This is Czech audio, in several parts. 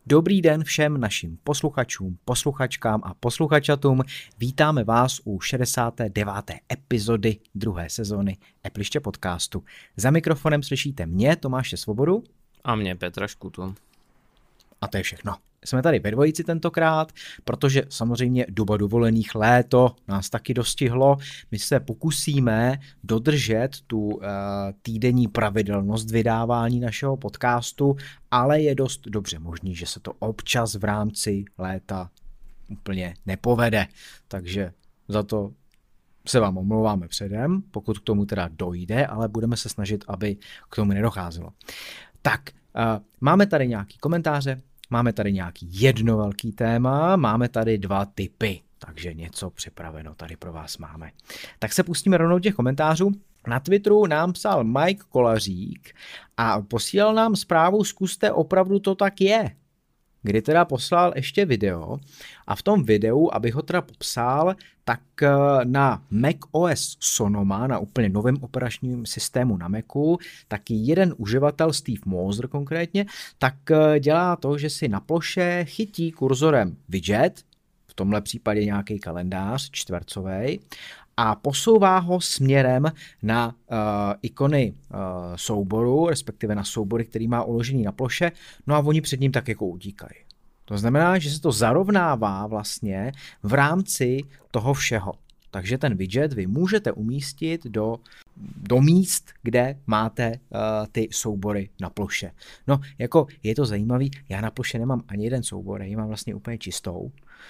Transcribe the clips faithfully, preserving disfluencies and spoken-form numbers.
Dobrý den všem našim posluchačům, posluchačkám a posluchačatům. Vítáme vás u šedesáté deváté epizody druhé sezóny Epliště podcastu. Za mikrofonem slyšíte mě, Tomáše Svobodu. A mě, Petra Škutu. A to je všechno. Jsme tady ve dvojici tentokrát, protože samozřejmě doba dovolených, léto nás taky dostihlo. My se pokusíme dodržet tu uh, týdenní pravidelnost vydávání našeho podcastu, ale je dost dobře možný, že se to občas v rámci léta úplně nepovede. Takže za to se vám omlouváme předem, pokud k tomu teda dojde, ale budeme se snažit, aby k tomu nedocházelo. Tak, uh, máme tady nějaký komentáře. Máme tady nějaký jedno velký téma, máme tady dva typy, takže něco připraveno tady pro vás máme. Tak se pustíme rovnou do těch komentářů. Na Twitteru nám psal Mike Kolařík a posílal nám zprávu zkuste, opravdu to tak je. Kdy teda poslal ještě video a v tom videu, abych ho teda popsal, tak na macOS Sonoma, na úplně novém operačním systému na Macu, taky jeden uživatel, Steve Moser konkrétně, tak dělá to, že si na ploše chytí kurzorem widget, v tomhle případě nějaký kalendář čtvercový, a posouvá ho směrem na uh, ikony uh, souboru, respektive na soubory, který má uložený na ploše, no a oni před ním tak jako utíkají. To znamená, že se to zarovnává vlastně v rámci toho všeho. Takže ten widget vy můžete umístit do, do míst, kde máte uh, ty soubory na ploše. No, jako je to zajímavý, já na ploše nemám ani jeden soubor, já ji mám vlastně úplně čistou,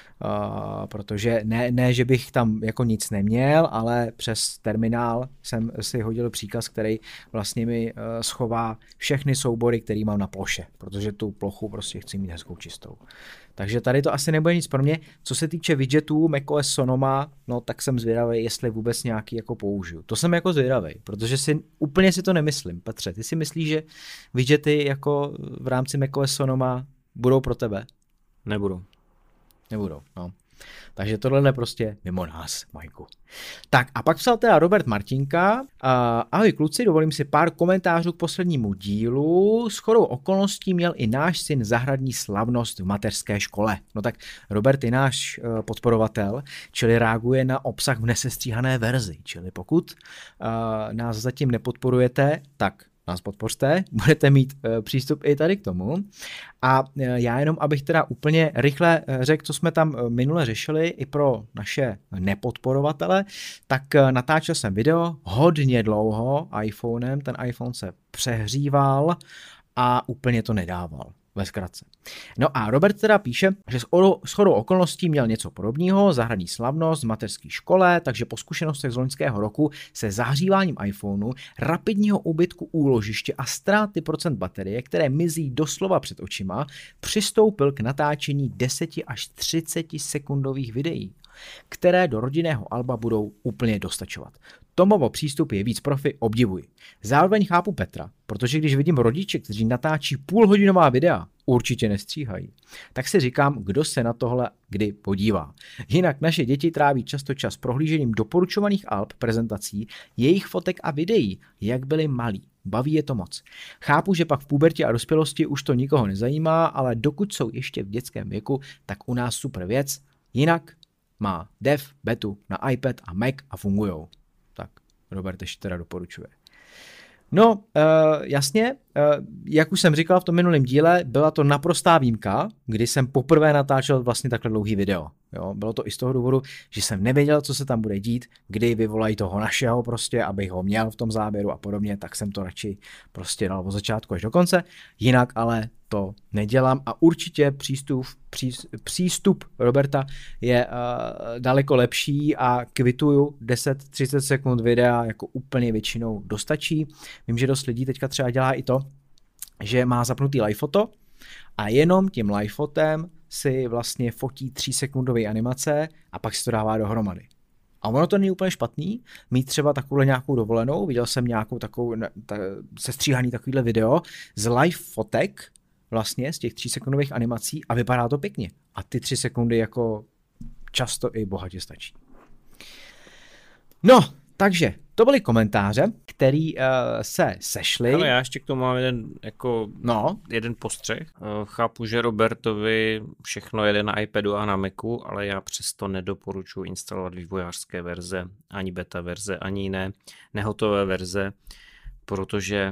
uh, protože ne, ne, že bych tam jako nic neměl, ale přes terminál jsem si hodil příkaz, který vlastně mi uh, schová všechny soubory, který mám na ploše, protože tu plochu prostě chci mít hezkou čistou. Takže tady to asi nebude nic pro mě. Co se týče widgetů macOS Sonoma, no tak jsem zvědavý, jestli vůbec nějaký jako použiju. To jsem jako zvědavý, protože si úplně si to nemyslím. Petře, ty si myslíš, že widgety jako v rámci macOS Sonoma budou pro tebe? Nebudou. Nebudou, no. Takže tohle je prostě mimo nás, Majku. Tak a pak psal teda Robert Martinka. Uh, ahoj kluci, dovolím si pár komentářů k poslednímu dílu. Shodou okolností měl i náš syn zahradní slavnost v mateřské škole. No tak Robert je náš uh, podporovatel, čili reaguje na obsah v nesestříhané verzi. Čili pokud uh, nás zatím nepodporujete, tak nás podpořte, budete mít e, přístup i tady k tomu. A e, já jenom, abych teda úplně rychle řekl, co jsme tam minule řešili i pro naše nepodporovatele, tak e, natáčel jsem video hodně dlouho iPhonem, ten iPhone se přehříval a úplně to nedával. Ve zkratce. No a Robert teda píše, že s shodou okolností měl něco podobného, zahradní slavnost v mateřské škole, takže po zkušenostech z loňského roku se zahříváním iPhoneu, rapidního úbytku úložiště a ztráty procent baterie, které mizí doslova před očima, přistoupil k natáčení deset až třicet sekundových videí, které do rodinného alba budou úplně dostačovat. Tomovo přístup je víc profi, obdivuji. Zároveň chápu Petra, protože když vidím rodiče, kteří natáčí půlhodinová videa, určitě nestříhají, tak si říkám, kdo se na tohle kdy podívá. Jinak naše děti tráví často čas prohlížením doporučovaných alb, prezentací, jejich fotek a videí, jak byli malí. Baví je to moc. Chápu, že pak v pubertě a dospělosti už to nikoho nezajímá, ale dokud jsou ještě v dětském věku, tak u nás super věc. Jinak má dev, betu na iPad a Mac a fungujou. Tak Robert ještě teda doporučuje. No, uh, jasně, uh, jak už jsem říkal v tom minulém díle, byla to naprostá výjimka, kdy jsem poprvé natáčel vlastně takhle dlouhý video. Jo, bylo to i z toho důvodu, že jsem nevěděl, co se tam bude dít, kdy vyvolají toho našeho prostě, abych ho měl v tom záběru a podobně, tak jsem to radši prostě dal od začátku až do konce. Jinak ale to nedělám a určitě přístup, pří, přístup Roberta je uh, daleko lepší a kvituju deset třicet sekund videa jako úplně většinou dostačí. Vím, že dost lidí teďka třeba dělá i to, že má zapnutý live foto a jenom tím live fotem si vlastně fotí třísekundové animace a pak si to dává dohromady. A ono to není úplně špatný, mít třeba takovou nějakou dovolenou, viděl jsem nějakou takovou ta, sestříhaný takovýhle video z live fotek, vlastně z těch třísekundových animací a vypadá to pěkně. A ty tři sekundy jako často i bohatě stačí. No, takže to byly komentáře, které uh, se sešly. Ale já ještě k tomu mám jeden, jako, no. jeden postřeh. Uh, chápu, že Robertovi všechno jede na iPadu a na Macu, ale já přesto nedoporučuji instalovat vývojářské verze, ani beta verze, ani jiné nehotové verze, protože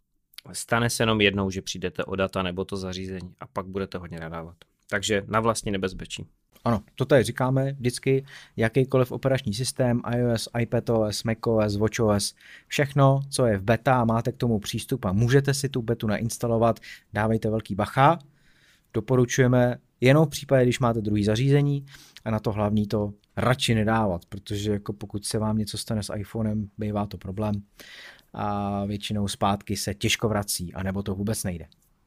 stane se jenom jednou, že přijdete o data nebo to zařízení a pak budete hodně nadávat. Takže na vlastní nebezpečí. Ano, to tady říkáme vždycky, jakýkoliv operační systém, iOS, iPadOS, macOS, watchOS, všechno, co je v beta a máte k tomu přístup a můžete si tu betu nainstalovat, dávejte velký bacha. Doporučujeme jenom v případě, když máte druhý zařízení a na to hlavní to radši nedávat, protože jako pokud se vám něco stane s iPhonem, bývá to problém a většinou zpátky se těžko vrací, anebo to vůbec nejde.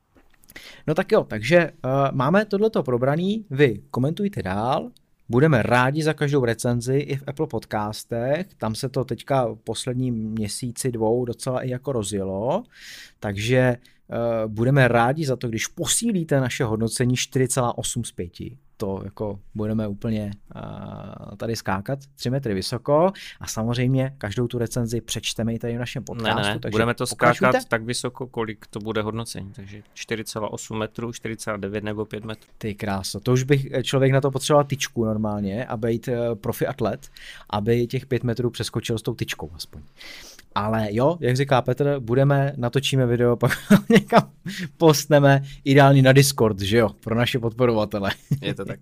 No tak jo, takže uh, máme tohleto probraný, vy komentujte dál, budeme rádi za každou recenzi i v Apple podcastech, tam se to teďka poslední měsíci dvou docela i jako rozjelo, takže uh, budeme rádi za to, když posílíte naše hodnocení čtyři celá osm z pěti. To jako budeme úplně uh, tady skákat tři metry vysoko a samozřejmě každou tu recenzi přečteme i tady v našem podcastu. Ne, ne, takže budeme to pokračujte. skákat tak vysoko, kolik to bude hodnocení, takže čtyři celá osm metrů, čtyři celá devět nebo pět metrů. Ty kráso, to už bych člověk na to potřeboval tyčku normálně a být uh, profi atlet, aby těch pět metrů přeskočil s tou tyčkou aspoň. Ale jo, jak říká Petr, budeme, natočíme video, pak někam postneme, ideálně na Discord, že jo, pro naše podporovatele. Je to tak.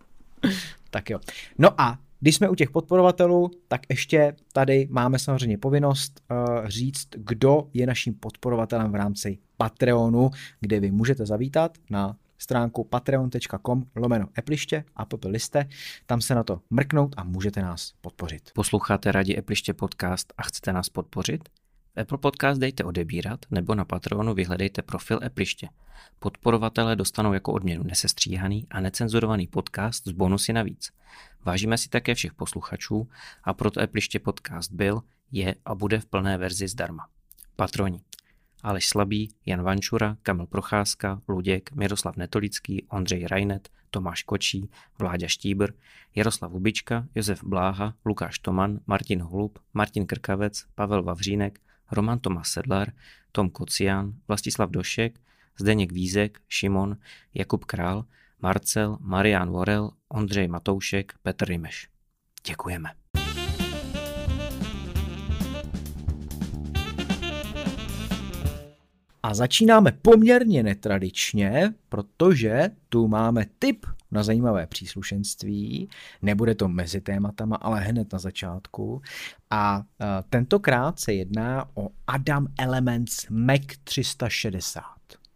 Tak jo. No a když jsme u těch podporovatelů, tak ještě tady máme samozřejmě povinnost uh, říct, kdo je naším podporovatelem v rámci Patreonu, kde vy můžete zavítat na stránku patreon.com lomeno Appliště a popeliste, tam se na to mrknout a můžete nás podpořit. Posloucháte rádi Appliště podcast a chcete nás podpořit? V Apple Podcast dejte odebírat nebo na Patreonu vyhledejte profil Appliště. Podporovatelé dostanou jako odměnu nesestříhaný a necenzurovaný podcast s bonusy navíc. Vážíme si také všech posluchačů a proto Appliště podcast byl, je a bude v plné verzi zdarma. Patroni: Aleš Slabý, Jan Vančura, Kamil Procházka, Luděk, Miroslav Netolický, Ondřej Rajnet, Tomáš Kočí, Vláďa Štíbr, Jaroslav Hubička, Josef Bláha, Lukáš Toman, Martin Holub, Martin Krkavec, Pavel Vavřínek, Roman Tomas Sedlar, Tom Kocián, Vlastislav Došek, Zdeněk Vízek, Šimon, Jakub Král, Marcel, Marián Vorel, Ondřej Matoušek, Petr Rimeš. Děkujeme. A začínáme poměrně netradičně, protože tu máme tip na zajímavé příslušenství. Nebude to mezi tématama, ale hned na začátku. A tentokrát se jedná o Adam Elements Mac tři sta šedesát.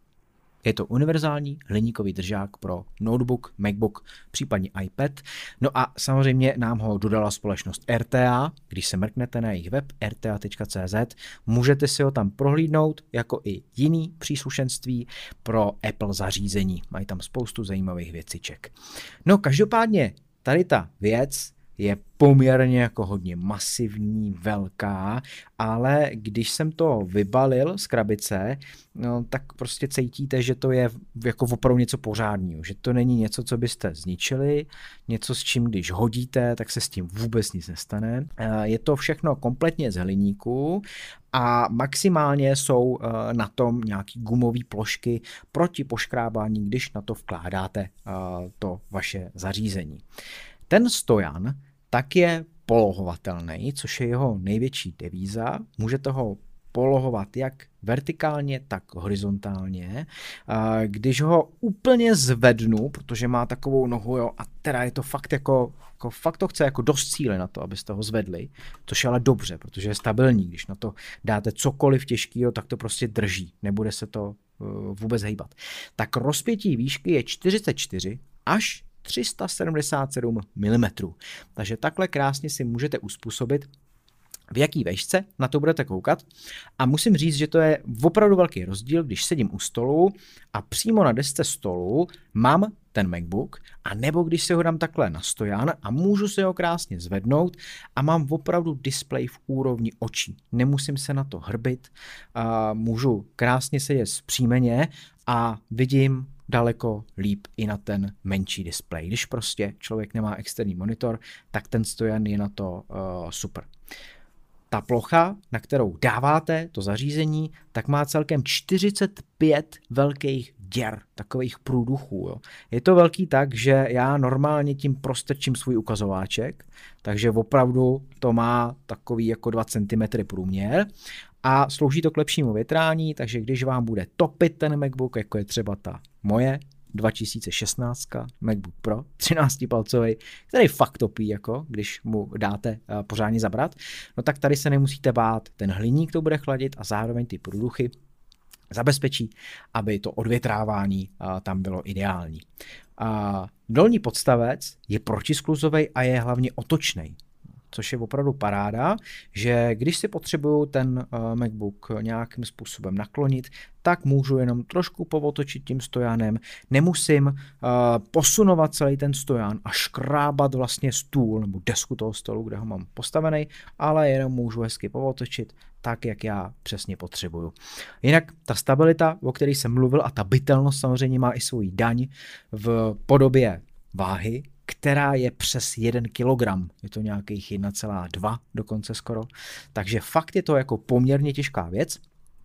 Je to univerzální hliníkový držák pro notebook, MacBook, případně iPad. No a samozřejmě nám ho dodala společnost R T A. Když se mrknete na jejich web r t a tečka c z, můžete si ho tam prohlídnout jako i jiný příslušenství pro Apple zařízení. Mají tam spoustu zajímavých věciček. No každopádně tady ta věc je poměrně jako hodně masivní, velká, ale když jsem to vybalil z krabice, no, tak prostě cítíte, že to je jako opravdu něco pořádného, že to není něco, co byste zničili, něco s čím, když hodíte, tak se s tím vůbec nic nestane. Je to všechno kompletně z hliníku a maximálně jsou na tom nějaký gumové plošky proti poškrábání, když na to vkládáte to vaše zařízení. Ten stojan tak je polohovatelný, což je jeho největší devíza. Můžete ho polohovat jak vertikálně, tak horizontálně. Když ho úplně zvednu, protože má takovou nohu, jo, a teda je to fakt jako, jako fakt to chce jako dost síly na to, abyste ho zvedli, což je ale dobře, protože je stabilní. Když na to dáte cokoliv těžkého, tak to prostě drží, nebude se to vůbec hejbat. Tak rozpětí výšky je čtyřicet čtyři až tři sta sedmdesát sedm milimetrů. Takže takhle krásně si můžete uspůsobit, v jaký vejšce na to budete koukat. A musím říct, že to je opravdu velký rozdíl, když sedím u stolu a přímo na desce stolu mám ten MacBook, a nebo když si ho dám takhle na stojan a můžu si ho krásně zvednout a mám opravdu displej v úrovni očí. Nemusím se na to hrbit, a můžu krásně sedět zpříjmeně a vidím daleko líp i na ten menší displej. Když prostě člověk nemá externí monitor, tak ten stojan je na to uh, super. ta plocha, na kterou dáváte to zařízení, tak má celkem čtyřicet pět velkých děr, takových průduchů. Jo. Je to velký tak, že já normálně tím prostrčím svůj ukazováček, takže opravdu to má takový jako dva centimetry průměr a slouží to k lepšímu větrání, takže když vám bude topit ten MacBook, jako je třeba ta moje, dva tisíce šestnáct MacBook Pro, třináctipalcový, který fakt topí, jako, když mu dáte uh, pořádně zabrat, no tak tady se nemusíte bát, ten hliník to bude chladit a zároveň ty průduchy zabezpečí, aby to odvětrávání uh, tam bylo ideální. Uh, dolní podstavec je protiskluzový a je hlavně otočný, což je opravdu paráda, že když si potřebuju ten uh, MacBook nějakým způsobem naklonit, tak můžu jenom trošku povotočit tím stojanem, nemusím uh, posunovat celý ten stojan a škrábat vlastně stůl nebo desku toho stolu, kde ho mám postavený, ale jenom můžu hezky povotočit tak, jak já přesně potřebuju. Jinak ta stabilita, o které jsem mluvil, a ta bytelnost samozřejmě má i svůj daň v podobě váhy, která je přes jeden kilogram, je to nějakých jedna celá dva dokonce skoro, takže fakt je to jako poměrně těžká věc,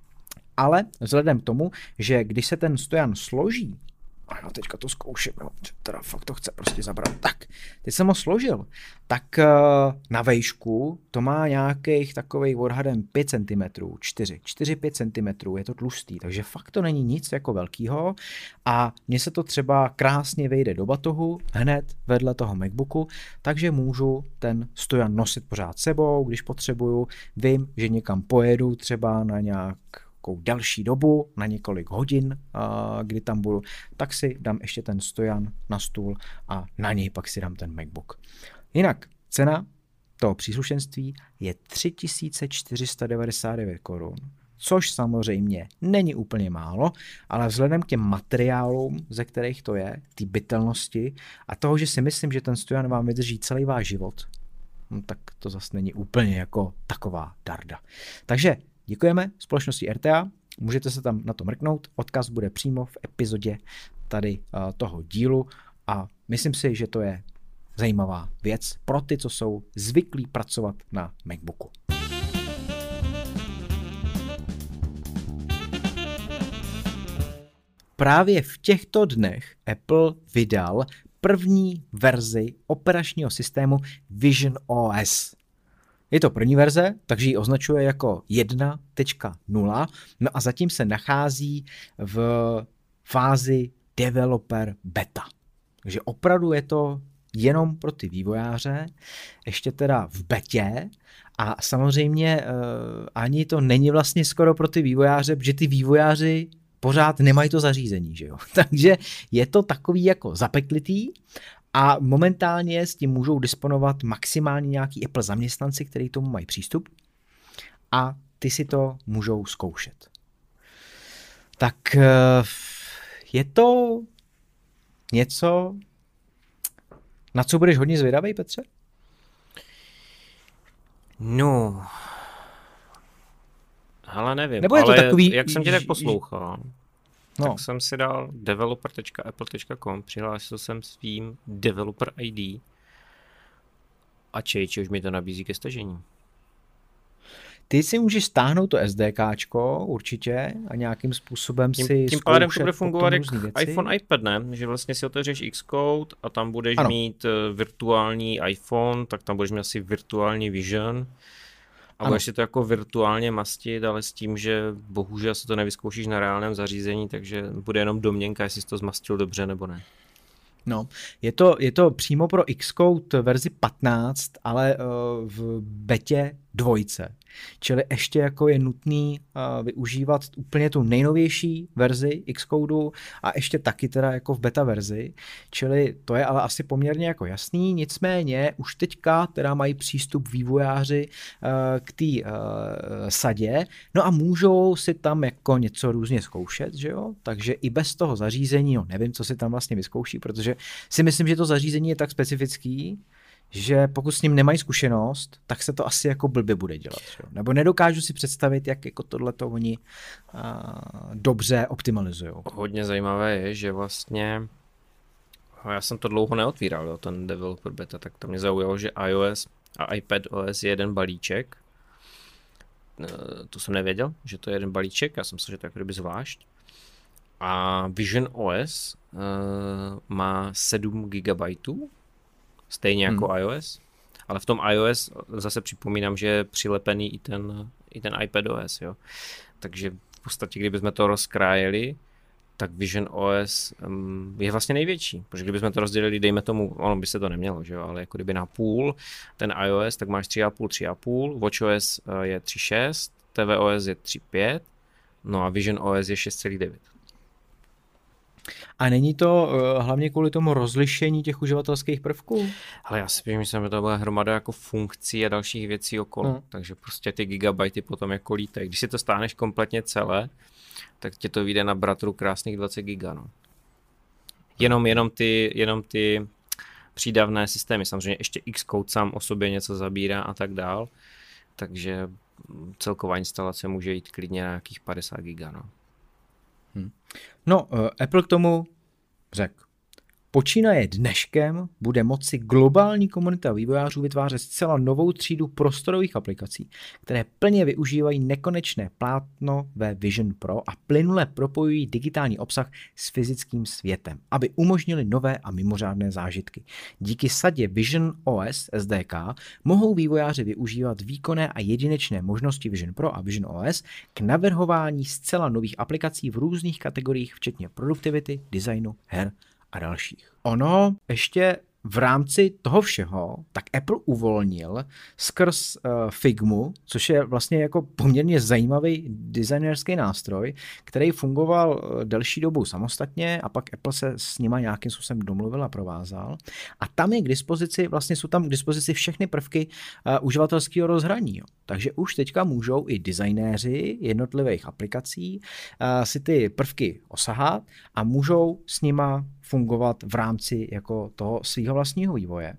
ale vzhledem k tomu, že když se ten stojan složí, a já teďka to zkouším, jo, teda fakt to chce prostě zabrat, tak, teď jsem ho složil, tak na vejšku to má nějakých takových odhadem pět centimetrů, čtyři, čtyři pět centimetrů, je to tlustý, takže fakt to není nic jako velkýho a mně se to třeba krásně vejde do batohu hned vedle toho MacBooku, takže můžu ten stojan nosit pořád sebou, když potřebuju, vím, že někam pojedu třeba na nějak další dobu, na několik hodin, kdy tam budu, tak si dám ještě ten stojan na stůl a na něj pak si dám ten MacBook. Jinak cena toho příslušenství je tři tisíce čtyři sta devadesát devět korun, což samozřejmě není úplně málo, ale vzhledem k těm materiálům, ze kterých to je, ty bytelnosti a toho, že si myslím, že ten stojan vám vydrží celý váš život, no tak to zase není úplně jako taková darda. Takže děkujeme společnosti R T A, můžete se tam na to mrknout, odkaz bude přímo v epizodě tady uh, toho dílu a myslím si, že to je zajímavá věc pro ty, co jsou zvyklí pracovat na MacBooku. Právě v těchto dnech Apple vydal první verzi operačního systému Vision O S. Je to první verze, takže ji označuje jako jedna tečka nula, no a zatím se nachází v fázi developer beta. Takže opravdu je to jenom pro ty vývojáře, ještě teda v betě a samozřejmě uh, ani to není vlastně skoro pro ty vývojáře, protože ty vývojáři pořád nemají to zařízení, že jo? Takže je to takový jako zapeklitý a momentálně s tím můžou disponovat maximálně nějaký Apple zaměstnanci, kteří tomu mají přístup a ty si to můžou zkoušet. Tak je to něco, na co budeš hodně zvědavej, Petře? No, ale nevím, Nebo je to ale takový, jak jsem tě tak poslouchal, no. tak jsem si dal developer tečka apple tečka com, přihlásil jsem svým developer I D a čejči už mi to nabízí ke stažení. Ty si můžeš stáhnout to SDKčko určitě a nějakým způsobem tím, si tím pádem to bude zkoušet fungovat jak věci. iPhone, iPad, ne? Že vlastně si otevřeš Xcode a tam budeš ano. mít virtuální iPhone, tak tam budeš mít asi virtuální Vision a budeš si to jako virtuálně mastit, ale s tím, že bohužel se to nevyzkoušíš na reálném zařízení, takže bude jenom domněnka, jestli jsi to zmastil dobře nebo ne. No, je to, je to přímo pro Xcode verzi patnáct, ale uh, v betě dvojce. Čili ještě jako je nutný uh, využívat úplně tu nejnovější verzi Xcodeu a ještě taky teda jako v beta verzi. Čili to je ale asi poměrně jako jasný, nicméně už teďka teda mají přístup vývojáři uh, k té uh, sadě, no a můžou si tam jako něco různě zkoušet, že jo? Takže i bez toho zařízení, no nevím, co si tam vlastně vyzkouší, protože si myslím, že to zařízení je tak specifický, že pokud s ním nemají zkušenost, tak se to asi jako blbě bude dělat. Jo? Nebo nedokážu si představit, jak jako tohleto oni a, dobře optimalizují. Hodně zajímavé je, že vlastně já jsem to dlouho neotvíral, jo, ten developer beta, tak to mě zaujalo, že iOS a iPadOS je jeden balíček to jsem nevěděl, že to je jeden balíček, já jsem myslel, že to je jako kdyby zvlášť. A Vision O S uh, má sedm gigabajtů, stejně jako hmm. iOS, ale v tom iOS zase připomínám, že je přilepený i ten, i ten iPadOS, jo. Takže v podstatě, kdybychom to rozkrájeli, tak Vision O S um, je vlastně největší, protože kdybychom to rozdělili, dejme tomu, ono by se to nemělo, že jo, ale jako kdyby na půl, ten iOS, tak máš tři a půl, tři a půl, WatchOS je tři celá šest, tvOS je tři celá pět, no a Vision O S je šest celá devět. A není to uh, hlavně kvůli tomu rozlišení těch uživatelských prvků? Ale já si myslím, že to byla hromada jako funkcí a dalších věcí okolo, hmm. takže prostě ty gigabajty potom jako lítají. Když si to stáhneš kompletně celé, tak tě to vyjde na bratru krásných dvacet giga, no. Jenom, jenom, ty, jenom ty přídavné systémy, samozřejmě ještě Xcode sám o sobě něco zabírá a tak dál, takže celková instalace může jít klidně na nějakých padesát giga, no. Hmm. No, uh, Apple k tomu řekl. Počínaje dneškem bude moci globální komunita vývojářů vytvářet zcela novou třídu prostorových aplikací, které plně využívají nekonečné plátno ve Vision Pro a plynule propojují digitální obsah s fyzickým světem, aby umožnili nové a mimořádné zážitky. Díky sadě Vision O S S D K mohou vývojáři využívat výkonné a jedinečné možnosti Vision Pro a Vision O S k navrhování zcela nových aplikací v různých kategoriích, včetně produktivity, designu, her a dalších. Ono ještě v rámci toho všeho, tak Apple uvolnil skrz uh, Figmu, což je vlastně jako poměrně zajímavý designerský nástroj, který fungoval delší dobu samostatně a pak Apple se s nima nějakým způsobem domluvil a provázal. A tam je k dispozici, vlastně jsou tam k dispozici všechny prvky uh, uživatelského rozhraní. Jo. Takže už teďka můžou i designéři jednotlivých aplikací uh, si ty prvky osahat a můžou s nima fungovat v rámci jako toho svého vlastního vývoje.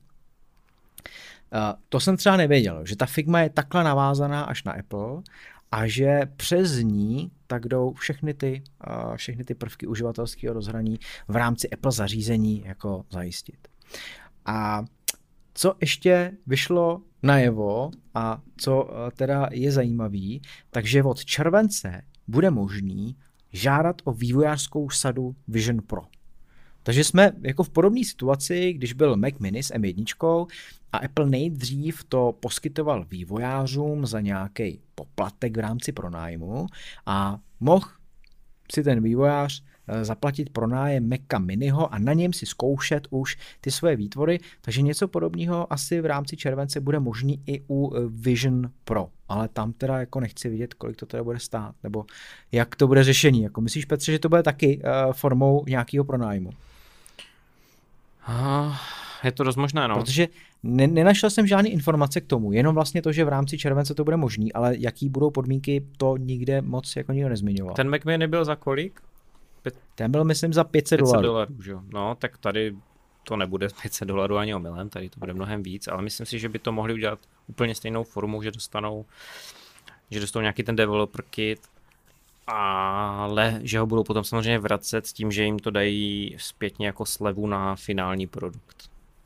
Uh, to jsem třeba nevěděl, že ta Figma je takhle navázaná až na Apple a že přes ní tak jdou všechny ty, uh, všechny ty prvky uživatelského rozhraní v rámci Apple zařízení jako zajistit. A co ještě vyšlo najevo a co uh, teda je zajímavý, takže od července bude možný žádat o vývojářskou sadu Vision Pro. Takže jsme jako v podobné situaci, když byl Mac Mini s M jedna a Apple nejdřív to poskytoval vývojářům za nějaký poplatek v rámci pronájmu a mohl si ten vývojář zaplatit pronájem Maca Miniho a na něm si zkoušet už ty svoje výtvory, takže něco podobného asi v rámci července bude možný i u Vision Pro, ale tam teda jako nechci vidět, kolik to teda bude stát, nebo jak to bude řešení. Jako myslíš, Petře, že to bude taky uh, formou nějakého pronájmu? Uh, je to dost možné, no. Protože ne- nenašel jsem žádné informace k tomu, jenom vlastně to, že v rámci července to bude možný, ale jaký budou podmínky, to nikde moc jako nikdo nezmiňoval. Ten Mac Mini byl za kolik? Pět... Ten byl, myslím, za pět set dolarů. dolarů, že jo. No, tak tady to nebude pět set dolarů ani omylem, tady to bude mnohem víc, ale myslím si, že by to mohli udělat úplně stejnou formou, že dostanou, že dostanou nějaký ten developer kit, ale že ho budou potom samozřejmě vracet s tím, že jim to dají zpětně jako slevu na finální produkt.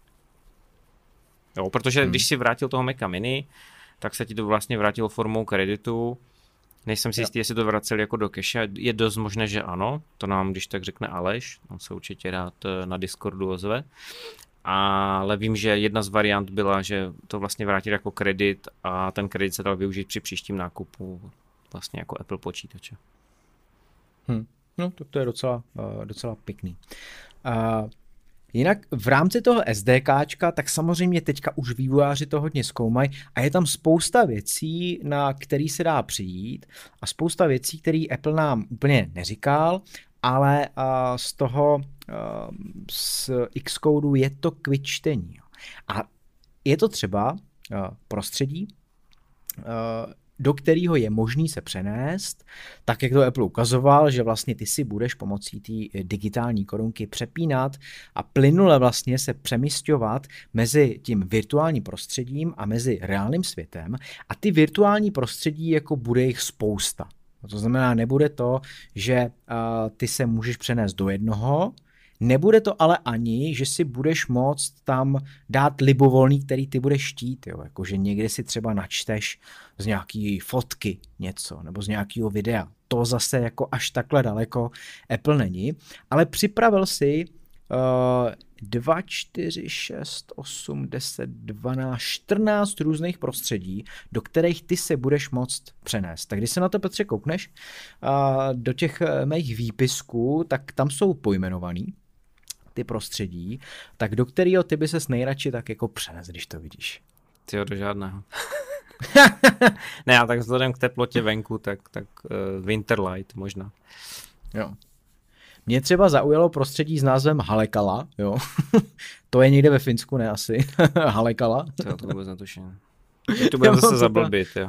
Jo, protože hmm. když si vrátil toho Maca Mini, tak se ti to vlastně vrátilo formou kreditu. Nejsem si jistý, jestli to vraceli jako do cache. Je dost možné, že ano. To nám, když tak řekne Aleš, on se určitě rád na Discordu ozve. Ale vím, že jedna z variant byla, že to vlastně vrátili jako kredit a ten kredit se dal využít při příštím nákupu vlastně jako Apple počítače. Hmm. No, tak to je docela, uh, docela pěkný. Uh, jinak v rámci toho SDKčka, tak samozřejmě teďka už vývojáři to hodně zkoumají a je tam spousta věcí, na který se dá přijít a spousta věcí, které Apple nám úplně neříkal, ale uh, z toho uh, z Xcodu je to k vyčtení. A je to třeba uh, prostředí, uh, do kterého je možný se přenést, tak jak to Apple ukazoval, že vlastně ty si budeš pomocí té digitální korunky přepínat a plynule vlastně se přemísťovat mezi tím virtuálním prostředím a mezi reálným světem a ty virtuální prostředí jako bude jich spousta. To znamená, nebude to, že uh, ty se můžeš přenést do jednoho, Nebude to ale ani, že si budeš moct tam dát libovolný, který ty budeš štít, jo? Jakože někde si třeba načteš z nějaký fotky něco, nebo z nějakého videa. To zase jako až takhle daleko Apple není, ale připravil si uh, dva, čtyři, šest, osm, deset, dvanáct, čtrnáct různých prostředí, do kterých ty se budeš moct přenést. Tak když se na to, Petře, koukneš uh, do těch mých výpisků, tak tam jsou pojmenovaný ty prostředí, tak do kterého ty by ses nejradši tak jako přenes, když to vidíš? Tyjo, do žádného. Ne, a tak vzhledem k teplotě venku, tak, tak uh, Winterlight možná. Jo. Mě třeba zaujalo prostředí s názvem Halekala, jo. To je někde ve Finsku, ne asi. Halekala. To, to vůbec netuším. To budeme zase zablbit, jo.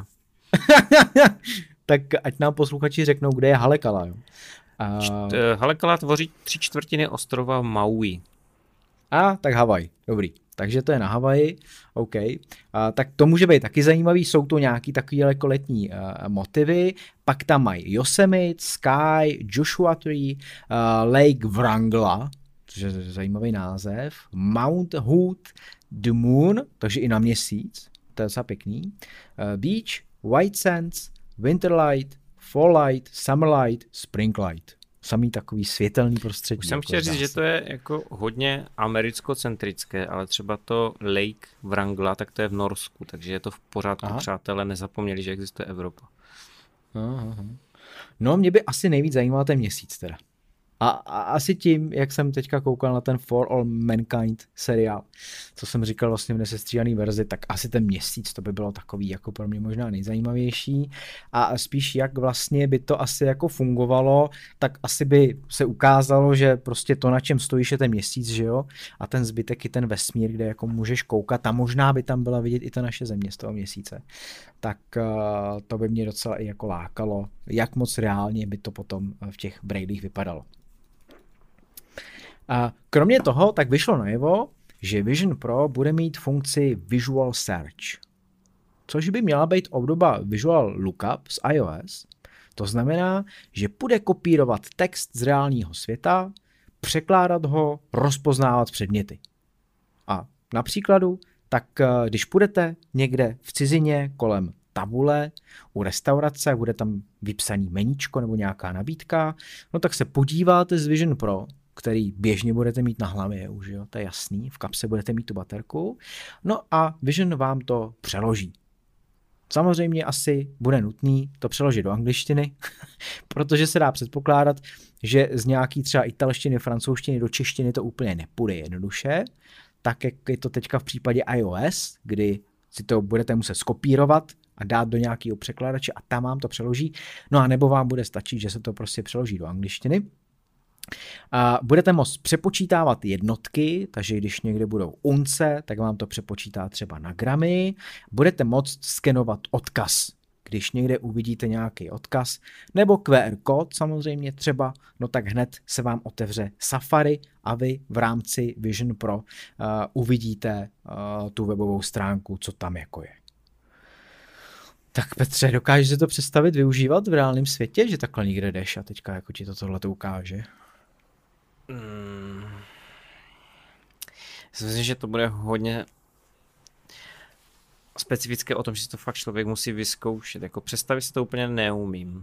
Tak ať nám posluchači řeknou, kde je Halekala, jo. A... Halekala tvoří tři čtvrtiny ostrova Maui. A, tak Havaj, dobrý. Takže to je na Havaji, OK. A, tak to může být taky zajímavý, jsou to nějaký takový jako letní uh, motivy, pak tam mají Yosemite, Sky, Joshua Tree, uh, Lake Wrangell, což je zajímavý název, Mount Hood, The Moon, takže i na měsíc, to je docela pěkný, uh, Beach, White Sands, Winterlight, Falllight, Summerlight, Springlight. Samý takový světelný prostředí. Už jsem chtěl říct, že to je jako hodně americko-centrické, ale třeba to Lake Wrangell, tak to je v Norsku, takže je to v pořádku, aha. Přátelé, nezapomněli, že existuje Evropa. Aha. No, mě by asi nejvíc zajímal ten měsíc teda. A, a asi tím, jak jsem teďka koukal na ten For All Mankind seriál, co jsem říkal vlastně v nesestříhaný verzi, tak asi ten měsíc to by bylo takový jako pro mě možná nejzajímavější a spíš jak vlastně by to asi jako fungovalo, tak asi by se ukázalo, že prostě to, na čem stojíš, je ten měsíc, že jo, a ten zbytek je ten vesmír, kde jako můžeš koukat a možná by tam byla vidět i ta naše země z toho měsíce. Tak uh, to by mě docela i jako lákalo, jak moc reálně by to potom v těch brailích vypadalo. A kromě toho tak vyšlo najevo, že Vision Pro bude mít funkci Visual Search, což by měla být obdoba Visual Lookup z iOS. To znamená, že bude kopírovat text z reálného světa, překládat ho, rozpoznávat předměty. A na příkladu, tak když půjdete někde v cizině kolem tabule u restaurace, bude tam vypsaný meníčko nebo nějaká nabídka, no tak se podíváte z Vision Pro, který běžně budete mít na hlavě už, jo, to je jasný, v kapse budete mít tu baterku, no a Vision vám to přeloží. Samozřejmě asi bude nutný to přeložit do angličtiny, protože se dá předpokládat, že z nějaký třeba italštiny, francouzštiny do češtiny to úplně nepůjde jednoduše, tak jak je to teďka v případě iOS, kdy si to budete muset skopírovat a dát do nějakého překladače a tam vám to přeloží, no a nebo vám bude stačit, že se to prostě přeloží do angličtiny. A budete moct přepočítávat jednotky, takže když někde budou unce, tak vám to přepočítá třeba na gramy. Budete moct skenovat odkaz, když někde uvidíte nějaký odkaz, nebo Q R kód samozřejmě třeba, no tak hned se vám otevře Safari a vy v rámci Vision Pro uh, uvidíte uh, tu webovou stránku, co tam jako je. Tak Petře, dokážeš si to představit, využívat v reálném světě, že takhle někde jdeš a teďka jako ti to tohle to ukáže? Hmm. Myslím, že to bude hodně specifické o tom, že si to fakt člověk musí vyzkoušet. Jako představit si to úplně neumím.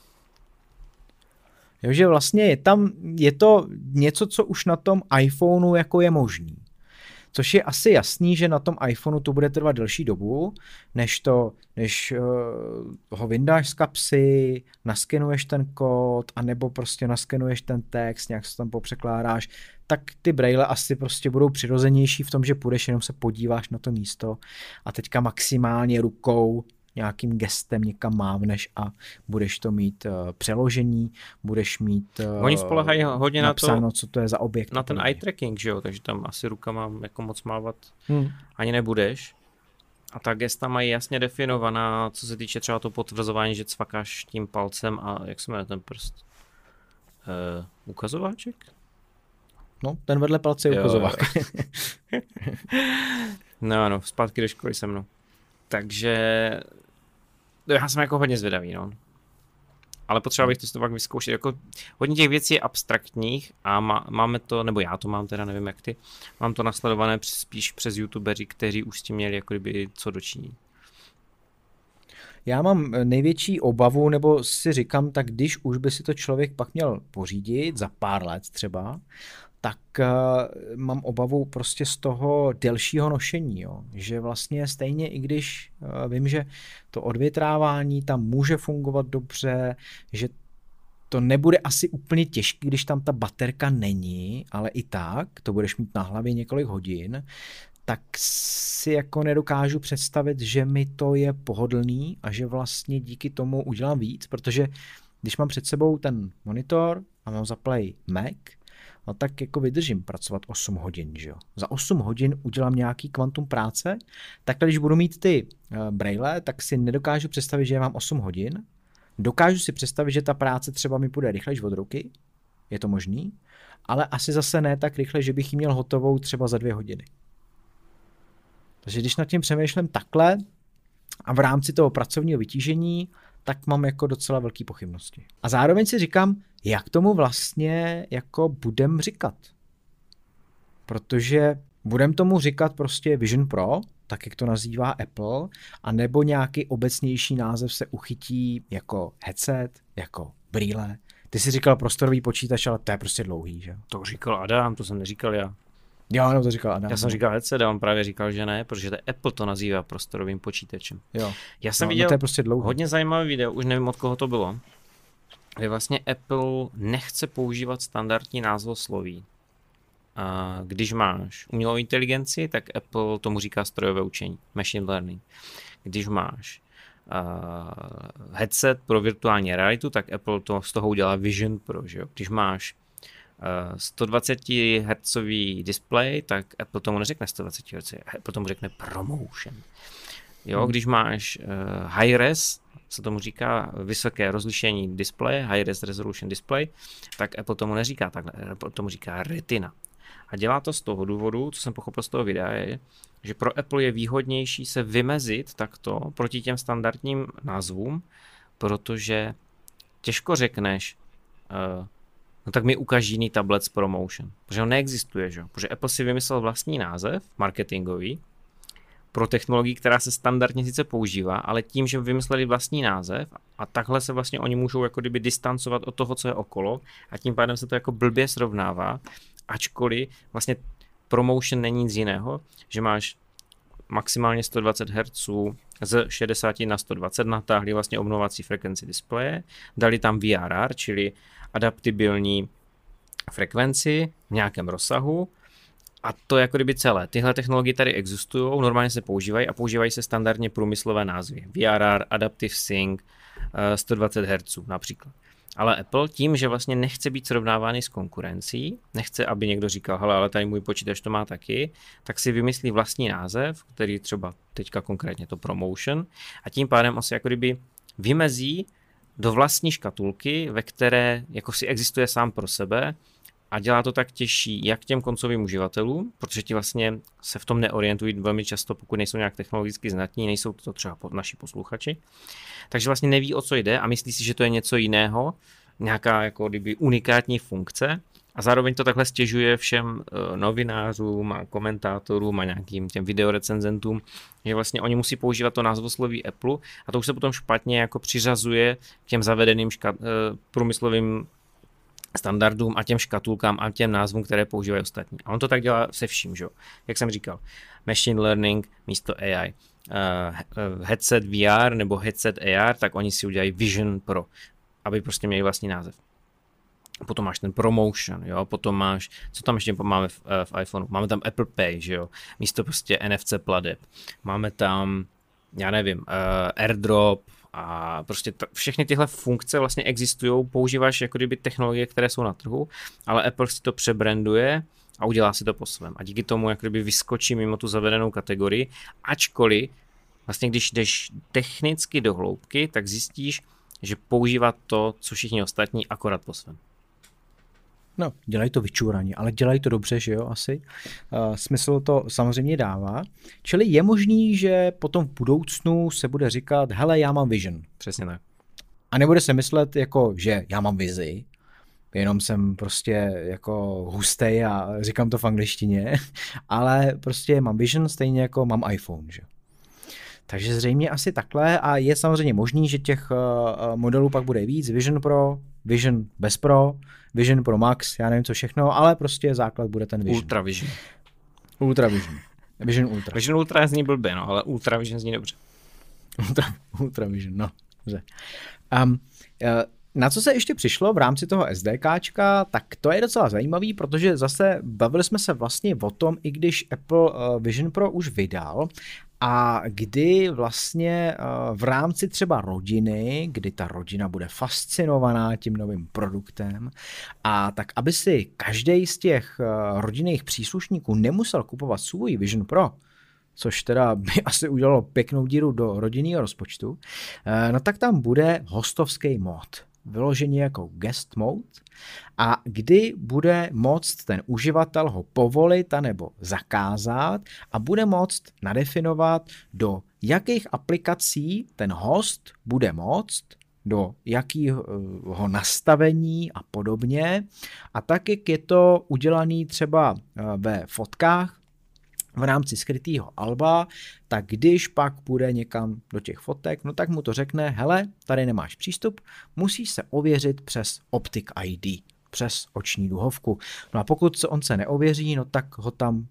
Jo, že vlastně je tam, je to něco, co už na tom iPhoneu jako je možný. Což je asi jasný, že na tom iPhoneu to bude trvat delší dobu, než to, než uh, ho vyndáš z kapsy, naskenuješ ten kód, anebo prostě naskenuješ ten text, nějak se tam popřekládáš, tak ty braille asi prostě budou přirozenější v tom, že půjdeš, jenom se podíváš na to místo a teďka maximálně rukou nějakým gestem někam mávneš a budeš to mít uh, přeložení, budeš mít uh, Oni spolehají hodně napsáno, na to, co to je za objekt. na ten eye tracking, že jo, takže tam asi rukama jako moc mávat hmm. ani nebudeš. A ta gesta mají jasně definovaná, co se týče třeba to potvrzování, že cvakáš tím palcem a jak se jmenuje ten prst? Uh, ukazováček? No, ten vedle palce je ukazovák. No ano, zpátky do školy se mnou. Takže já jsem jako hodně zvědavý, no. ale potřeba bych to pak vyzkoušet. Jako, hodně těch věcí je abstraktních a má, máme to, nebo já to mám teda, nevím jak ty, mám to nasledované spíš přes youtubeři, kteří už s tím měli jako kdyby co dočiní. Já mám největší obavu, nebo si říkám, tak když už by si to člověk pak měl pořídit za pár let třeba, tak uh, mám obavu prostě z toho delšího nošení, jo. Že vlastně stejně i když uh, vím, že to odvětrávání tam může fungovat dobře, že to nebude asi úplně těžké, když tam ta baterka není, ale i tak, to budeš mít na hlavě několik hodin, tak si jako nedokážu představit, že mi to je pohodlný a že vlastně díky tomu udělám víc, protože když mám před sebou ten monitor a mám zaplay Mac, no tak jako vydržím pracovat osm hodin, že jo. Za osm hodin udělám nějaký kvantum práce, tak když budu mít ty uh, braille, tak si nedokážu představit, že je mám osm hodin. Dokážu si představit, že ta práce třeba mi půjde rychlejš od ruky, je to možný, ale asi zase ne tak rychle, že bych ji měl hotovou třeba za dvě hodiny. Takže když nad tím přemýšlím takhle a v rámci toho pracovního vytížení, tak mám jako docela velké pochybnosti. A zároveň si říkám, jak tomu vlastně jako budem říkat. Protože budem tomu říkat prostě Vision Pro, tak jak to nazývá Apple, a nebo nějaký obecnější název se uchytí jako headset, jako brýle. Ty jsi říkal prostorový počítač, ale to je prostě dlouhý, že? To říkal Adam, to jsem neříkal já. Jo, no to říkal Adam. Já jsem říkal headset a on právě říkal, že ne, protože to Apple to nazývá prostorovým počítačem. Jo. Já jsem no, viděl no to je prostě hodně zajímavý video, už nevím od koho to bylo, kde vlastně Apple nechce používat standardní názvosloví. A když máš umělou inteligenci, tak Apple tomu říká strojové učení, machine learning. Když máš uh, headset pro virtuální realitu, tak Apple to z toho udělá Vision Pro. Že jo? Když máš uh, sto dvacet hertzový display, tak Apple tomu neřekne sto dvacet hertzů, Apple tomu řekne ProMotion. Jo, hmm. Když máš uh, high res, se tomu říká vysoké rozlišení displeje, high res resolution display, tak Apple tomu neříká takhle, Apple tomu říká Retina. A dělá to z toho důvodu, co jsem pochopil z toho videa, je, že pro Apple je výhodnější se vymezit takto proti těm standardním názvům, protože těžko řekneš, uh, no tak mi ukaž jiný tablet s ProMotion, protože on neexistuje, že? Protože Apple si vymyslel vlastní název, marketingový, pro technologii, která se standardně sice používá, ale tím, že vymysleli vlastní název a takhle se vlastně oni můžou jako kdyby distancovat od toho, co je okolo a tím pádem se to jako blbě srovnává, ačkoliv vlastně ProMotion není nic jiného, že máš maximálně sto dvacet hertzů z šedesát na sto dvacet, natáhli vlastně obnovací frekvenci displeje, dali tam V R R, čili adaptibilní frekvenci v nějakém rozsahu. A to je jako kdyby celé. Tyhle technologie tady existují, normálně se používají a používají se standardně průmyslové názvy. V R R, Adaptive Sync, sto dvacet hertzů například. Ale Apple tím, že vlastně nechce být srovnávány s konkurencí, nechce, aby někdo říkal, hele, ale tady můj počítač to má taky, tak si vymyslí vlastní název, který třeba teďka konkrétně to ProMotion, a tím pádem asi jako kdyby vymezí do vlastní škatulky, ve které jako si existuje sám pro sebe, a dělá to tak těžší jak těm koncovým uživatelům, protože ti vlastně se v tom neorientují velmi často, pokud nejsou nějak technologicky znatní, nejsou to třeba naši posluchači. Takže vlastně neví, o co jde a myslí si, že to je něco jiného, nějaká jako kdyby unikátní funkce a zároveň to takhle stěžuje všem novinářům a komentátorům a nějakým těm videorecenzentům, že vlastně oni musí používat to názvosloví Apple a to už se potom špatně jako přiřazuje k těm zavedeným ška- průmyslovým standardům a těm škatulkám a těm názvům, které používají ostatní. A on to tak dělá se vším, že? Jak jsem říkal, machine learning místo A I. Uh, headset V R nebo headset A R, tak oni si udělají Vision Pro, aby prostě měli vlastní název. Potom máš ten ProMotion, jo, potom máš, co tam ještě máme v, v iPhoneu? Máme tam Apple Pay, že jo, místo prostě N F C plateb. Máme tam, já nevím, uh, AirDrop, a prostě t- všechny tyhle funkce vlastně existují, používáš jako kdyby technologie, které jsou na trhu, ale Apple si to přebranduje a udělá si to po svém. A díky tomu jak kdyby vyskočí mimo tu zavedenou kategorii, ačkoliv vlastně když jdeš technicky do hloubky, tak zjistíš, že používá to, co všichni ostatní, akorát po svém. No, dělají to vyčúraně, ale dělají to dobře, že jo, asi. Uh, smysl to samozřejmě dává. Čili je možný, že potom v budoucnu se bude říkat, hele, já mám Vision. Přesně tak. A nebude se myslet, jako, že já mám vizi, jenom jsem prostě jako hustej a říkám to v angličtině, ale prostě mám vision stejně jako mám iPhone, že? Takže zřejmě asi takhle a je samozřejmě možný, že těch uh, modelů pak bude víc, Vision Pro, Vision bez Pro, Vision Pro Max, já nevím co všechno, ale prostě základ bude ten Vision. Ultra Vision. Ultra Vision. Vision Ultra. Vision Ultra zní blbě, no, ale Ultra Vision zní dobře. Ultra, Ultra Vision, no. Dobře. Um, uh, na co se ještě přišlo v rámci toho SDKčka, tak to je docela zajímavý, protože zase bavili jsme se vlastně o tom, i když Apple uh, Vision Pro už vydal, a kdy vlastně v rámci třeba rodiny, kdy ta rodina bude fascinovaná tím novým produktem a tak, aby si každý z těch rodinných příslušníků nemusel kupovat svůj Vision Pro, což teda by asi udělalo pěknou díru do rodinného rozpočtu, no tak tam bude hostovský mod, vyloženě jako guest mode, a kdy bude moct ten uživatel ho povolit anebo zakázat a bude moct nadefinovat, do jakých aplikací ten host bude moct, do jakého nastavení a podobně. A tak, jak je to udělané třeba ve fotkách, v rámci skrytého alba, tak když pak půjde někam do těch fotek, no tak mu to řekne, hele, tady nemáš přístup, musíš se ověřit přes Optic I D, přes oční duhovku. No a pokud on se neověří, no tak ho tam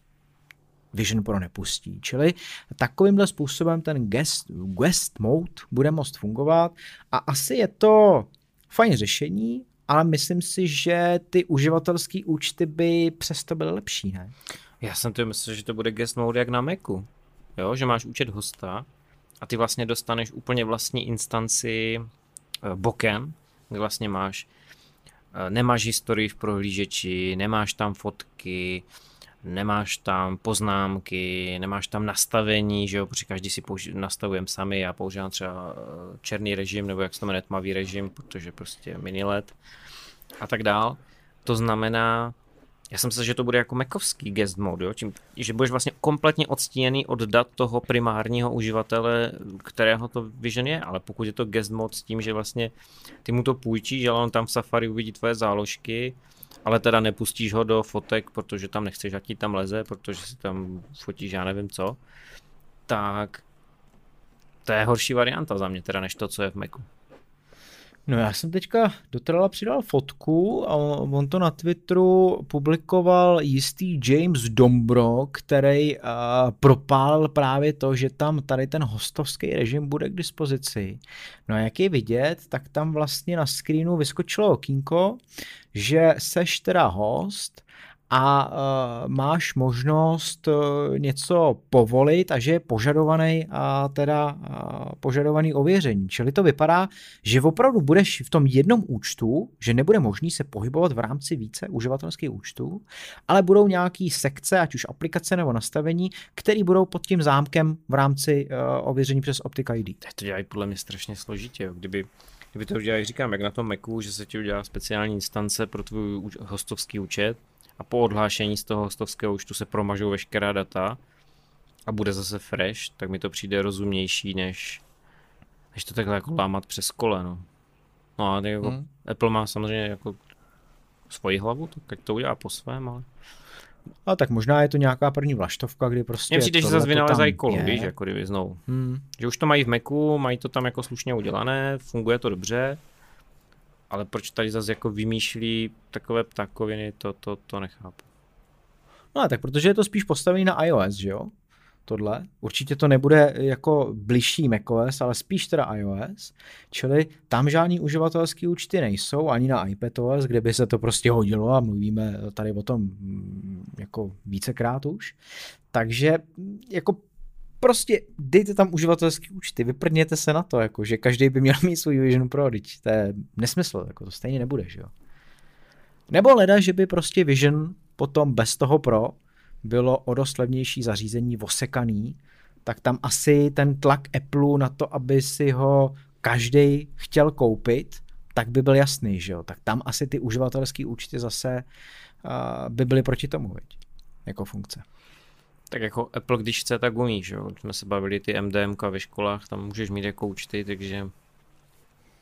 Vision Pro nepustí. Čili takovýmhle způsobem ten guest, guest mode bude moct fungovat a asi je to fajn řešení, ale myslím si, že ty uživatelské účty by přesto byly lepší, ne? Já jsem to myslel, že to bude guest mode jak na Macu. Jo, že máš účet hosta a ty vlastně dostaneš úplně vlastní instanci bokem, kde vlastně máš, nemáš historii v prohlížeči, nemáš tam fotky, nemáš tam poznámky, nemáš tam nastavení, že jo, protože každý si použi- nastavujeme sami, já používám třeba černý režim, nebo jak se to jmenuje, tmavý režim, protože prostě mini L E D a tak dál. To znamená, já jsem myslel, že to bude jako Macovský guest mode, jo? Čím, že budeš vlastně kompletně odstíněný od dat toho primárního uživatele, kterého to Vision je, ale pokud je to guest mode s tím, že vlastně ty mu to půjčíš, ale on tam v Safari uvidí tvoje záložky, ale teda nepustíš ho do fotek, protože tam nechceš, ať ti tam leze, protože si tam fotíš já nevím co, tak to je horší varianta za mě teda, než to, co je v Macu. No já jsem teďka do Trella přidal fotku a on to na Twitteru publikoval jistý James Dombro, který uh, propálil právě to, že tam tady ten hostovský režim bude k dispozici. No a jak je vidět, tak tam vlastně na screenu vyskočilo okýnko, že seš teda host a uh, máš možnost uh, něco povolit a že je požadovaný a teda uh, požadovaný ověření. Čili to vypadá, že opravdu budeš v tom jednom účtu, že nebude možný se pohybovat v rámci více uživatelských účtů, ale budou nějaký sekce, ať už aplikace nebo nastavení, které budou pod tím zámkem v rámci uh, ověření přes Optic I D. To dělají podle mě strašně složitě. Jo. Kdyby, kdyby to udělali, říkám, jak na tom Macu, že se ti udělá speciální instance pro tvůj hostovský účet, a po odhlášení z toho hostovského účtu se promažou veškerá data a bude zase fresh, tak mi to přijde rozumnější, než, než to takhle jako lámat přes koleno. No a jako hmm. Apple má samozřejmě jako svoji hlavu, tak to udělá po svém, ale... A tak možná je to nějaká první vlaštovka, kdy prostě... Mně přijde, že zase vynalezají kolo, víš, jako kdyby znovu. Hmm. Že už to mají v Macu, mají to tam jako slušně udělané, funguje to dobře, ale proč tady zase jako vymýšlí takové ptákoviny, to, to, to nechápu. No tak protože je to spíš postavený na iOS, že jo? Tohle. Určitě to nebude jako bližší macOS, ale spíš teda iOS. Čili tam žádný uživatelský účty nejsou, ani na iPadOS, kde by se to prostě hodilo a mluvíme tady o tom jako vícekrát už. Takže jako prostě dejte tam uživatelský účty, vyprdněte se na to, jako, že každý by měl mít svůj Vision Pro, to je nesmysl, jako, to stejně nebude, že jo. Nebo leda, že by prostě Vision potom bez toho Pro bylo o dost levnější zařízení osekaný, tak tam asi ten tlak Apple na to, aby si ho každý chtěl koupit, tak by byl jasný, že jo. Tak tam asi ty uživatelské účty zase uh, by byly proti tomu, viď? Jako funkce. Tak jako Apple, když chce, tak umí, že jo. Jsme se bavili ty M D M ka ve školách, tam můžeš mít jako účty, takže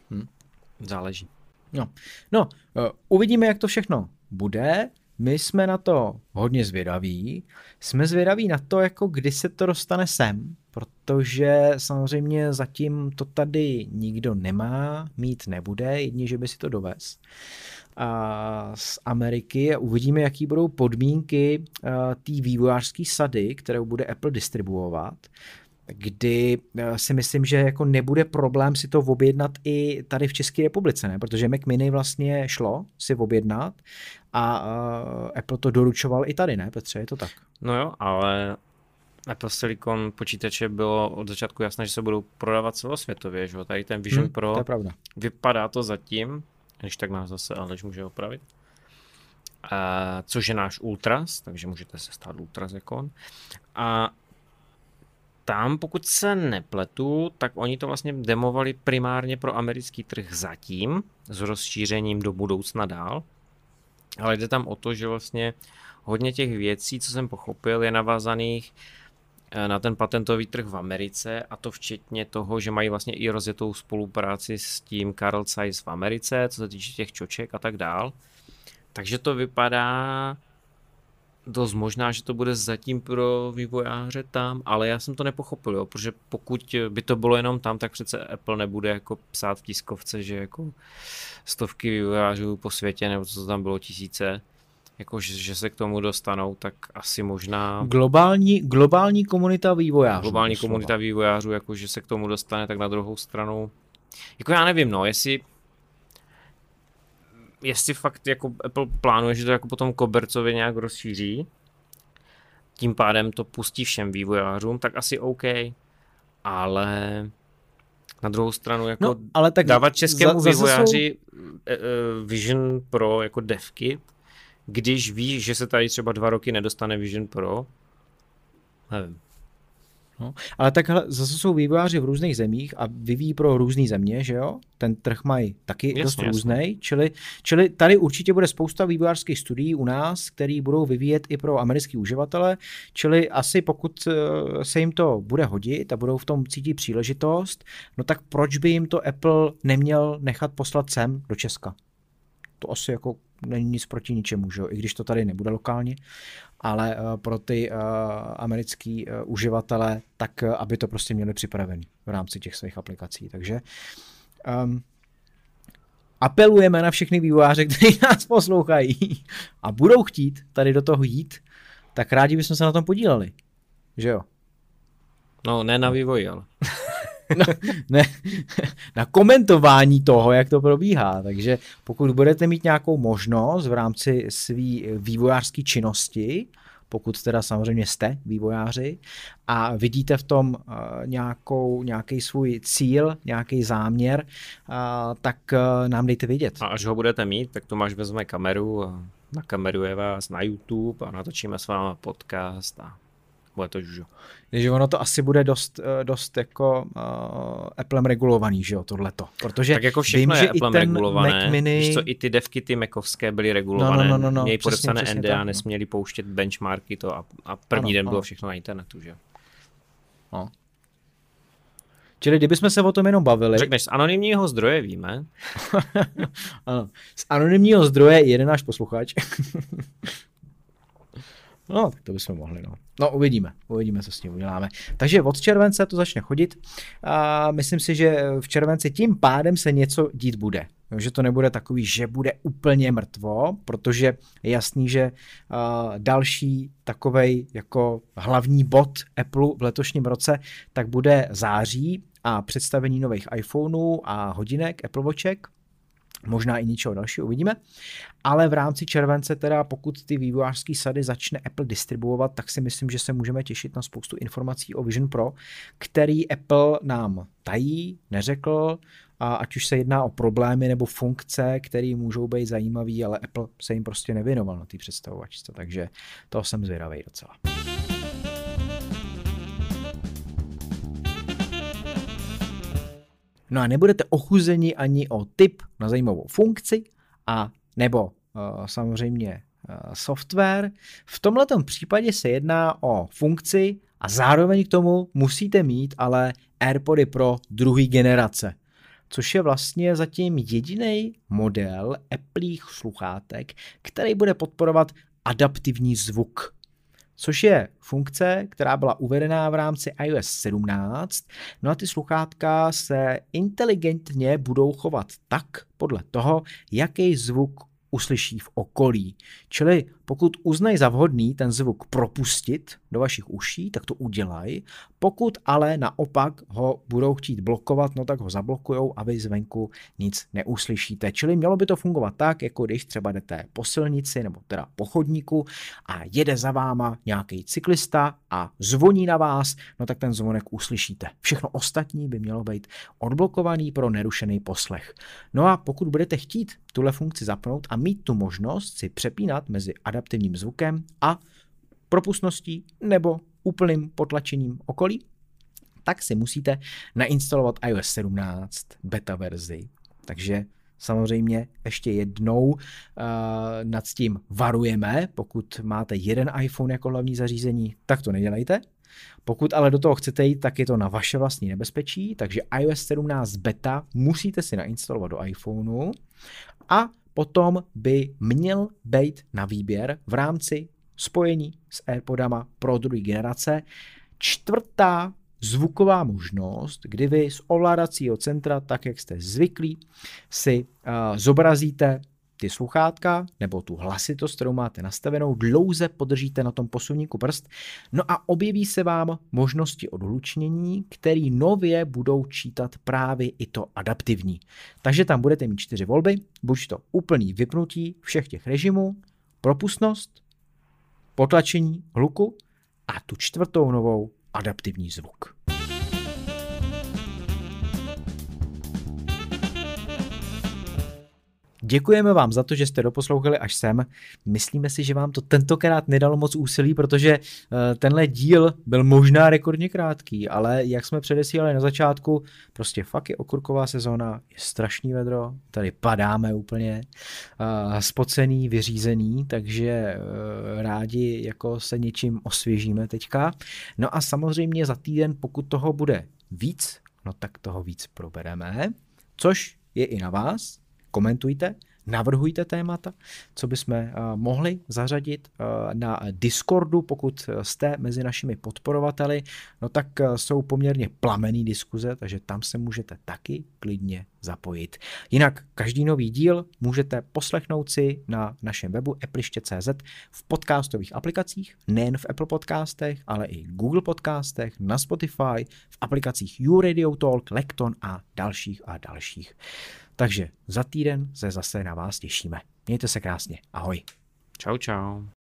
Hm. Záleží. No, no uh, uvidíme, jak to všechno bude. My jsme na to hodně zvědaví. Jsme zvědaví na to, jako kdy se to dostane sem, protože samozřejmě zatím to tady nikdo nemá, mít nebude, jedině, že by si to dovez a z Ameriky. Uvidíme, jaký budou podmínky té vývojářské sady, kterou bude Apple distribuovat, kdy si myslím, že jako nebude problém si to objednat i tady v České republice, ne? Protože Mac Mini vlastně šlo si objednat a uh, Apple to doručoval i tady, ne, Petře, je to tak? No jo, ale Apple Silicon počítače bylo od začátku jasné, že se budou prodávat celosvětově, že jo? Tady ten Vision hmm, Pro, to je pravda. Vypadá to zatím, když tak nás zase Aleš může opravit, uh, což je náš Ultras, takže můžete se stát Ultras jako on. A tam, pokud se nepletu, tak oni to vlastně demovali primárně pro americký trh zatím, s rozšířením do budoucna dál. Ale jde tam o to, že vlastně hodně těch věcí, co jsem pochopil, je navázaných na ten patentový trh v Americe, a to včetně toho, že mají vlastně i rozjetou spolupráci s tím Carl Zeiss v Americe, co se týče těch čoček a tak dál. Takže to vypadá dost možná, že to bude zatím pro vývojáře tam, ale já jsem to nepochopil, jo, protože pokud by to bylo jenom tam, tak přece Apple nebude jako psát v tiskovce, že jako stovky vývojářů po světě, nebo co tam bylo, tisíce, jako že, že se k tomu dostanou, tak asi možná... Globální, globální komunita vývojářů. Globální komunita vývojářů, jako že se k tomu dostane, tak na druhou stranu, jako já nevím, no, jestli jestli fakt jako Apple plánuje, že to jako potom kobercově nějak rozšíří, tím pádem to pustí všem vývojářům, tak asi OK, ale na druhou stranu jako no, ale tak dávat českému za, vývojáři jsou... Vision Pro jako devky, když ví, že se tady třeba dva roky nedostane Vision Pro, nevím. No, ale takhle zase jsou vývojáři v různých zemích a vyvíjí pro různé země, že jo? Ten trh mají taky jasně, dost různej, čili, čili tady určitě bude spousta vývojářských studií u nás, který budou vyvíjet i pro americký uživatele, čili asi pokud se jim to bude hodit a budou v tom cítit příležitost, no tak proč by jim to Apple neměl nechat poslat sem do Česka? To asi jako není nic proti ničemu, že jo? I když to tady nebude lokálně, ale uh, pro ty uh, americký uh, uživatele, tak uh, aby to prostě měli připravený v rámci těch svých aplikací. Takže um, apelujeme na všechny vývojáře, kteří nás poslouchají a budou chtít tady do toho jít, tak rádi bychom se na tom podíleli. Že jo? No, ne na vývoji, ale... No, ne, na komentování toho, jak to probíhá. Takže pokud budete mít nějakou možnost v rámci své vývojářské činnosti, pokud teda samozřejmě jste vývojáři a vidíte v tom uh, nějakou, nějaký svůj cíl, nějaký záměr, uh, tak uh, nám dejte vědět. A až ho budete mít, tak Tomáš vezme kameru a nakameruje vás na YouTube a natočíme s váma podcast a bude to žužo. Takže ono to asi bude dost, dost jako uh, Applem regulovaný, že jo, tohleto. Protože tak jako všechno vím, je Applem regulované, Mini... víš co, i ty devky, ty Macovské byly regulované, no, no, no, no, měli podepsané N D A, tak, nesměli pouštět benchmarky to a, a první ano, den ano. bylo všechno na internetu, že jo. No. Čili kdybychom se o tom jenom bavili... Řekneš, z anonymního zdroje víme. Ano, z anonymního zdroje jeden náš posluchač. No, tak to bychom mohli, no. No, uvidíme, uvidíme, co s tím uděláme. Takže od července to začne chodit a myslím si, že v červenci tím pádem se něco dít bude. Že to nebude takový, že bude úplně mrtvo, protože je jasný, že uh, další takovej jako hlavní bod Apple v letošním roce tak bude září a představení nových iPhoneů a hodinek, Apple Watchek. Možná i ničeho dalšího, uvidíme. Ale v rámci července teda, pokud ty vývojářské sady začne Apple distribuovat, tak si myslím, že se můžeme těšit na spoustu informací o Vision Pro, který Apple nám tají, neřekl, a ať už se jedná o problémy nebo funkce, které můžou být zajímavé, ale Apple se jim prostě nevěnoval na té představovačce, takže toho jsem zvědavej docela. No a nebudete ochuzeni ani o tip na zajímavou funkci a nebo uh, samozřejmě uh, software. V tomhletom případě se jedná o funkci a zároveň k tomu musíte mít ale AirPody Pro druhé generace. což je vlastně zatím jediný model Appleích sluchátek, který bude podporovat adaptivní zvuk, což je funkce, která byla uvedená v rámci iOS sedmnáct. No a ty sluchátka se inteligentně budou chovat tak podle toho, jaký zvuk uslyší v okolí. Čili pokud uznají za vhodný ten zvuk propustit do vašich uší, tak to udělají. Pokud ale naopak ho budou chtít blokovat, no tak ho zablokujou a vy zvenku nic neuslyšíte. Čili mělo by to fungovat tak, jako když třeba jdete po silnici nebo teda po chodníku a jede za váma nějaký cyklista a zvoní na vás, no tak ten zvonek uslyšíte. Všechno ostatní by mělo být odblokovaný pro nerušený poslech. No a pokud budete chtít tuhle funkci zapnout a mít tu možnost si přepínat mezi adaptivním zvukem a propustností nebo úplným potlačením okolí, tak si musíte nainstalovat iOS sedmnáct beta verzi. Takže samozřejmě ještě jednou uh, nad tím varujeme, pokud máte jeden iPhone jako hlavní zařízení, tak to nedělejte. Pokud ale do toho chcete jít, tak je to na vaše vlastní nebezpečí, takže iOS sedmnáct beta musíte si nainstalovat do iPhoneu a potom by měl být na výběr v rámci spojení s AirPodama pro druhé generace čtvrtá zvuková možnost, kdy vy z ovládacího centra, tak jak jste zvyklí, si uh, zobrazíte ty sluchátka nebo tu hlasitost, kterou máte nastavenou, dlouze podržíte na tom posuvníku prst, no a objeví se vám možnosti odhlučnění, které nově budou čítat právě i to adaptivní. Takže tam budete mít čtyři volby, buď to úplný vypnutí všech těch režimů, propustnost, potlačení hluku a tu čtvrtou novou adaptivní zvuk. Děkujeme vám za to, že jste doposlouchali až sem. Myslíme si, že vám to tentokrát nedalo moc úsilí, protože tenhle díl byl možná rekordně krátký, ale jak jsme předesílali na začátku, prostě fakt je okurková sezóna, je strašný vedro, tady padáme úplně spocený, vyřízený, takže rádi jako se něčím osvěžíme teďka. No a samozřejmě za týden, pokud toho bude víc, no tak toho víc probereme, což je i na vás. Komentujte, navrhujte témata, co bychom uh, mohli zařadit uh, na Discordu, pokud jste mezi našimi podporovateli, no tak uh, jsou poměrně plamenný diskuze, takže tam se můžete taky klidně zapojit. Jinak každý nový díl můžete poslechnout si na našem webu appliště tečka cé zet v podcastových aplikacích, nejen v Apple podcastech, ale i Google podcastech, na Spotify, v aplikacích YouRadio Talk, Lekton a dalších a dalších. Takže za týden se zase na vás těšíme. Mějte se krásně. Ahoj. Čau, čau.